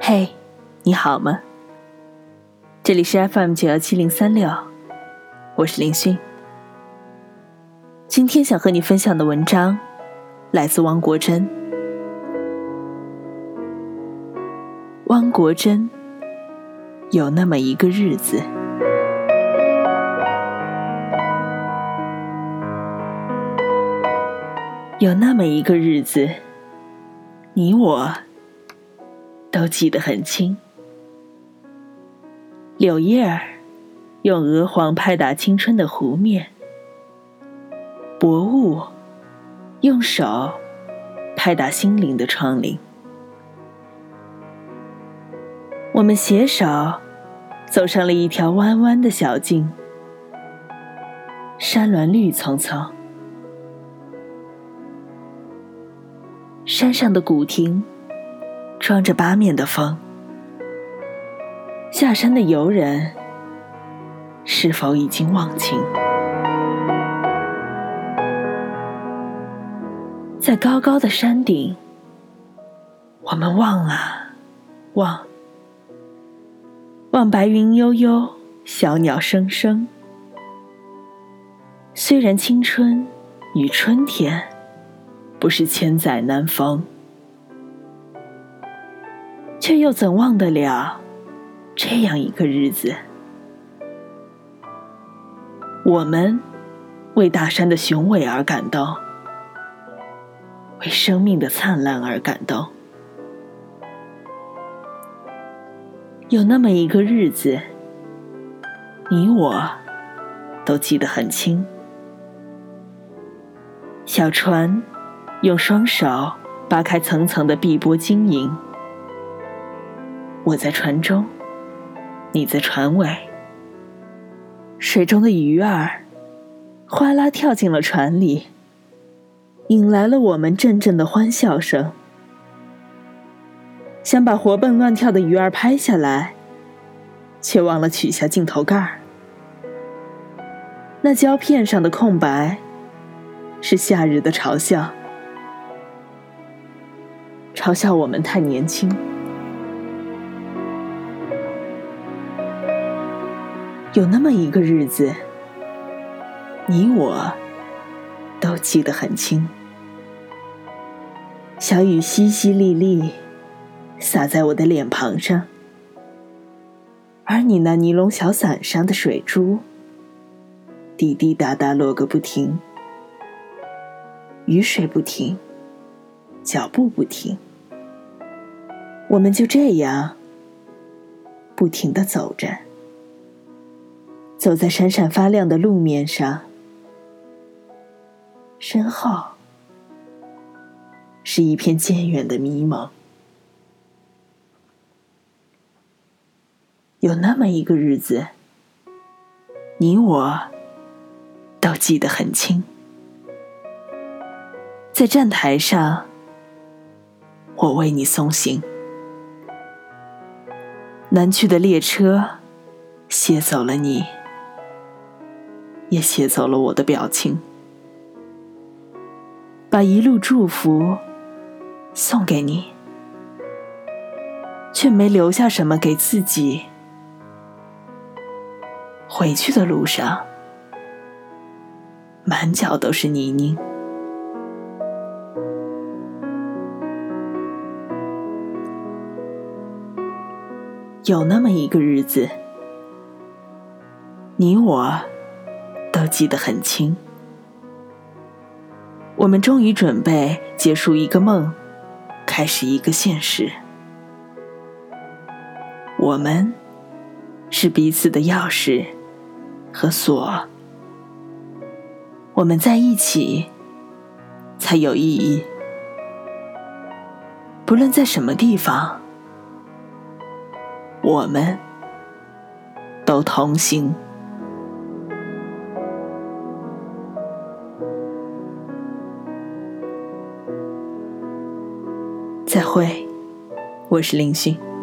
嘿，你好吗？这里是 FM91736，我是林勋。今天想和你分享的文章来自汪国真。汪国真，有那么一个日子。有那么一个日子，你我都记得很清。柳叶儿用鹅黄拍打青春的湖面，薄雾用手拍打心灵的窗棂。我们携手走上了一条弯弯的小径，山峦绿葱葱，山上的古亭装着八面的风，下山的游人是否已经忘情？在高高的山顶，我们望啊望，望白云悠悠，小鸟声声。虽然青春与春天不是千载难逢，却又怎忘得了这样一个日子。我们为大山的雄伟而感动，为生命的灿烂而感动。有那么一个日子，你我都记得很清。小船用双手扒开层层的碧波晶莹，我在船中，你在船尾，水中的鱼儿哗啦跳进了船里，引来了我们阵阵的欢笑声。想把活蹦乱跳的鱼儿拍下来，却忘了取下镜头盖。那胶片上的空白是夏日的嘲笑，嘲笑我们太年轻。有那么一个日子，你我都记得很清。小雨淅淅沥沥洒在我的脸庞上，而你那尼龙小伞上的水珠滴滴答答落个不停。雨水不停，脚步不停，我们就这样不停地走着，走在闪闪发亮的路面上，身后是一片渐远的迷蒙。有那么一个日子，你我都记得很清。在站台上，我为你送行。南去的列车携走了你，也携走了我的表情，把一路祝福送给你，却没留下什么给自己。回去的路上，满脚都是泥泞。有那么一个日子，你我都记得很清。我们终于准备结束一个梦，开始一个现实。我们是彼此的钥匙和锁，我们在一起才有意义。不论在什么地方，我们都同行。再会，我是林勋。